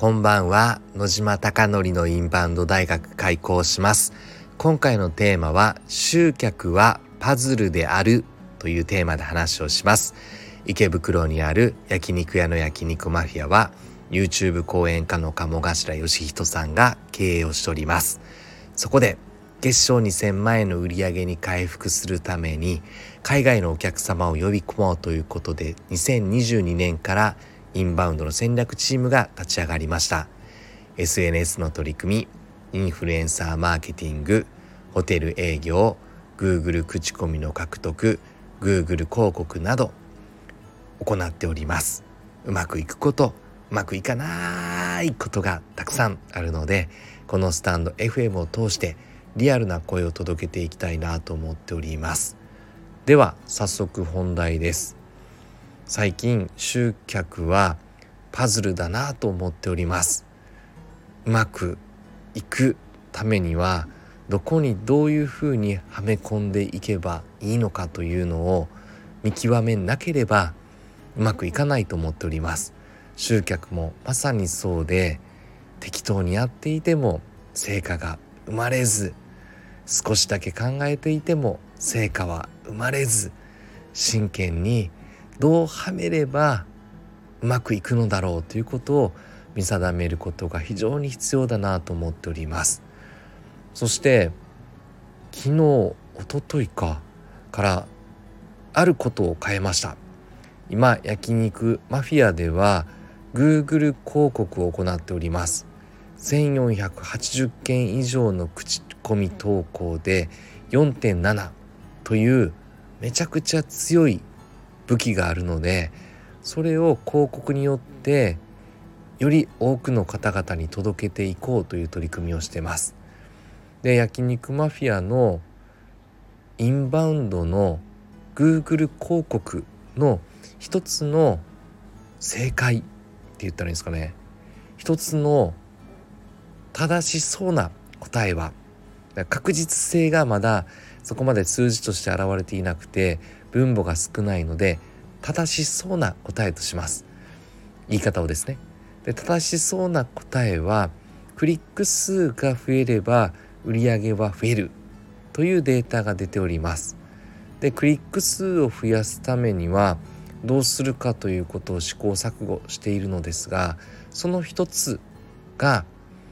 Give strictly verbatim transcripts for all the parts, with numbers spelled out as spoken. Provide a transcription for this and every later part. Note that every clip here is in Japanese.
こんばんは。野島貴則のインバウンド大学開校します。今回のテーマは集客はパズルであるというテーマで話をします。池袋にある焼肉屋の焼肉マフィアは YouTube 講演家の鴨頭義人さんが経営をしております。そこで月賞にせんまん円の売り上げに回復するために海外のお客様を呼び込もうということでにせんにじゅうにねんからインバウンドの戦略チームが立ち上がりました。 エスエヌエス の取り組み、インフルエンサーマーケティング、ホテル営業、 Google 口コミの獲得、 Google 広告など行っております。うまくいくこと、うまくいかないことがたくさんあるので、このスタンド エフエム を通してリアルな声を届けていきたいなと思っております。では早速本題です。最近集客はパズルだなと思っております。うまくいくためにはどこにどういうふうにはめ込んでいけばいいのかというのを見極めなければうまくいかないと思っております。集客もまさにそうで、適当にやっていても成果が生まれず、少しだけ考えていても成果は生まれず、真剣にどうはめればうまくいくのだろうということを見定めることが非常に必要だなと思っております。そして昨日、一昨日かからあることを変えました。今焼肉マフィアでは Google 広告を行っております。せんよんひゃくはちじゅっけん以上の口コミ投稿で よんてんなな というめちゃくちゃ強い武器があるので、それを広告によってより多くの方々に届けていこうという取り組みをしています。で、焼肉マフィアのインバウンドの Google 広告の一つの正解って言ったらいいんですかね、一つの正しそうな答えは、確実性がまだそこまで数字として現れていなくて分母が少ないので、正しそうな答えとします。言い方をですね。で、正しそうな答えはクリック数が増えれば売り上げは増えるというデータが出ております。で、クリック数を増やすためにはどうするかということを試行錯誤しているのですが、その一つが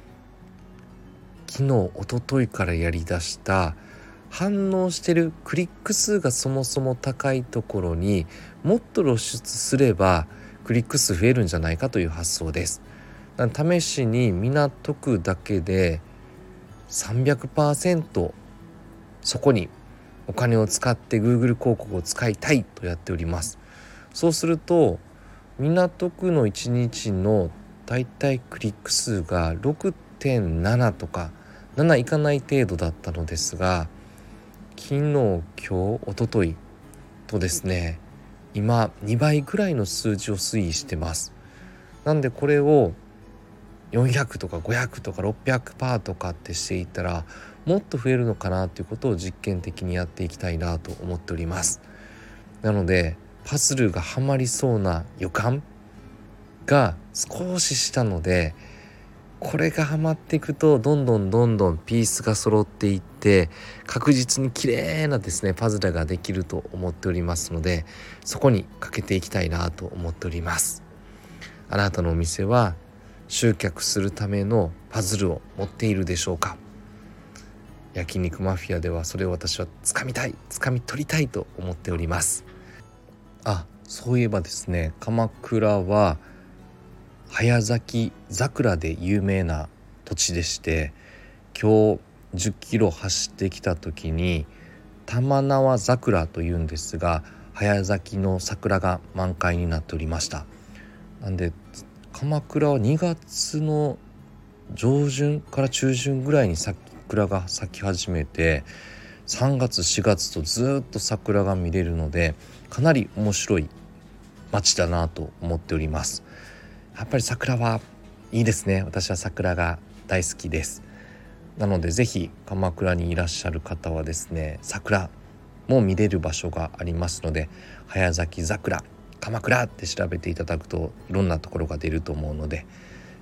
昨日一昨日からやりだした反応してるクリック数がそもそも高いところにもっと露出すればクリック数増えるんじゃないかという発想です。試しに港区だけで さんびゃくパーセント そこにお金を使って Google 広告を使いたいとやっております。そうすると港区のいちにちのだいたいクリック数が ろくてんなな とかなないかない程度だったのですが、昨日、今日、一昨日とですね、今にばいぐらいの数字を推移してます。なんでこれをよんひゃくとかごひゃくとか ろっぴゃくパーセント とかってしていったらもっと増えるのかなということを実験的にやっていきたいなと思っております。なのでパズルがはまりそうな予感が少ししたので、これがハマっていくとどんどんどんどんピースが揃っていって確実に綺麗なですねパズルができると思っておりますので、そこにかけていきたいなと思っております。あなたのお店は集客するためのパズルを持っているでしょうか？焼肉マフィアではそれを私は掴みたい掴み取りたいと思っております。あ、そういえばですね、鎌倉は早咲き桜で有名な土地でして、今日じゅっキロ走ってきた時に玉縄桜というんですが、早咲きの桜が満開になっておりました。なんで鎌倉はにがつの上旬から中旬ぐらいに桜が咲き始めて、さんがつしがつとずっと桜が見れるので、かなり面白い街だなと思っております。やっぱり桜はいいですね。私は桜が大好きです。なのでぜひ鎌倉にいらっしゃる方はですね、桜も見れる場所がありますので、早咲き桜鎌倉って調べていただくといろんなところが出ると思うので、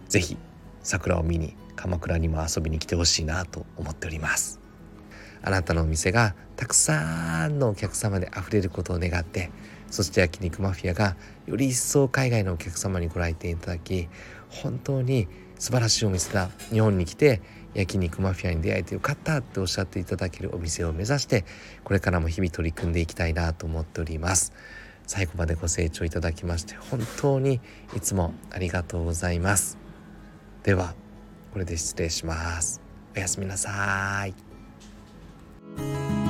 ぜひ桜を見に鎌倉にも遊びに来てほしいなと思っております。あなたのお店がたくさんのお客様であふれることを願って、そして焼肉マフィアがより一層海外のお客様にご来店いただき、本当に素晴らしいお店だ、日本に来て焼肉マフィアに出会えてよかったっておっしゃっていただけるお店を目指して、これからも日々取り組んでいきたいなと思っております。最後までご清聴いただきまして本当にいつもありがとうございます。ではこれで失礼します。おやすみなさい。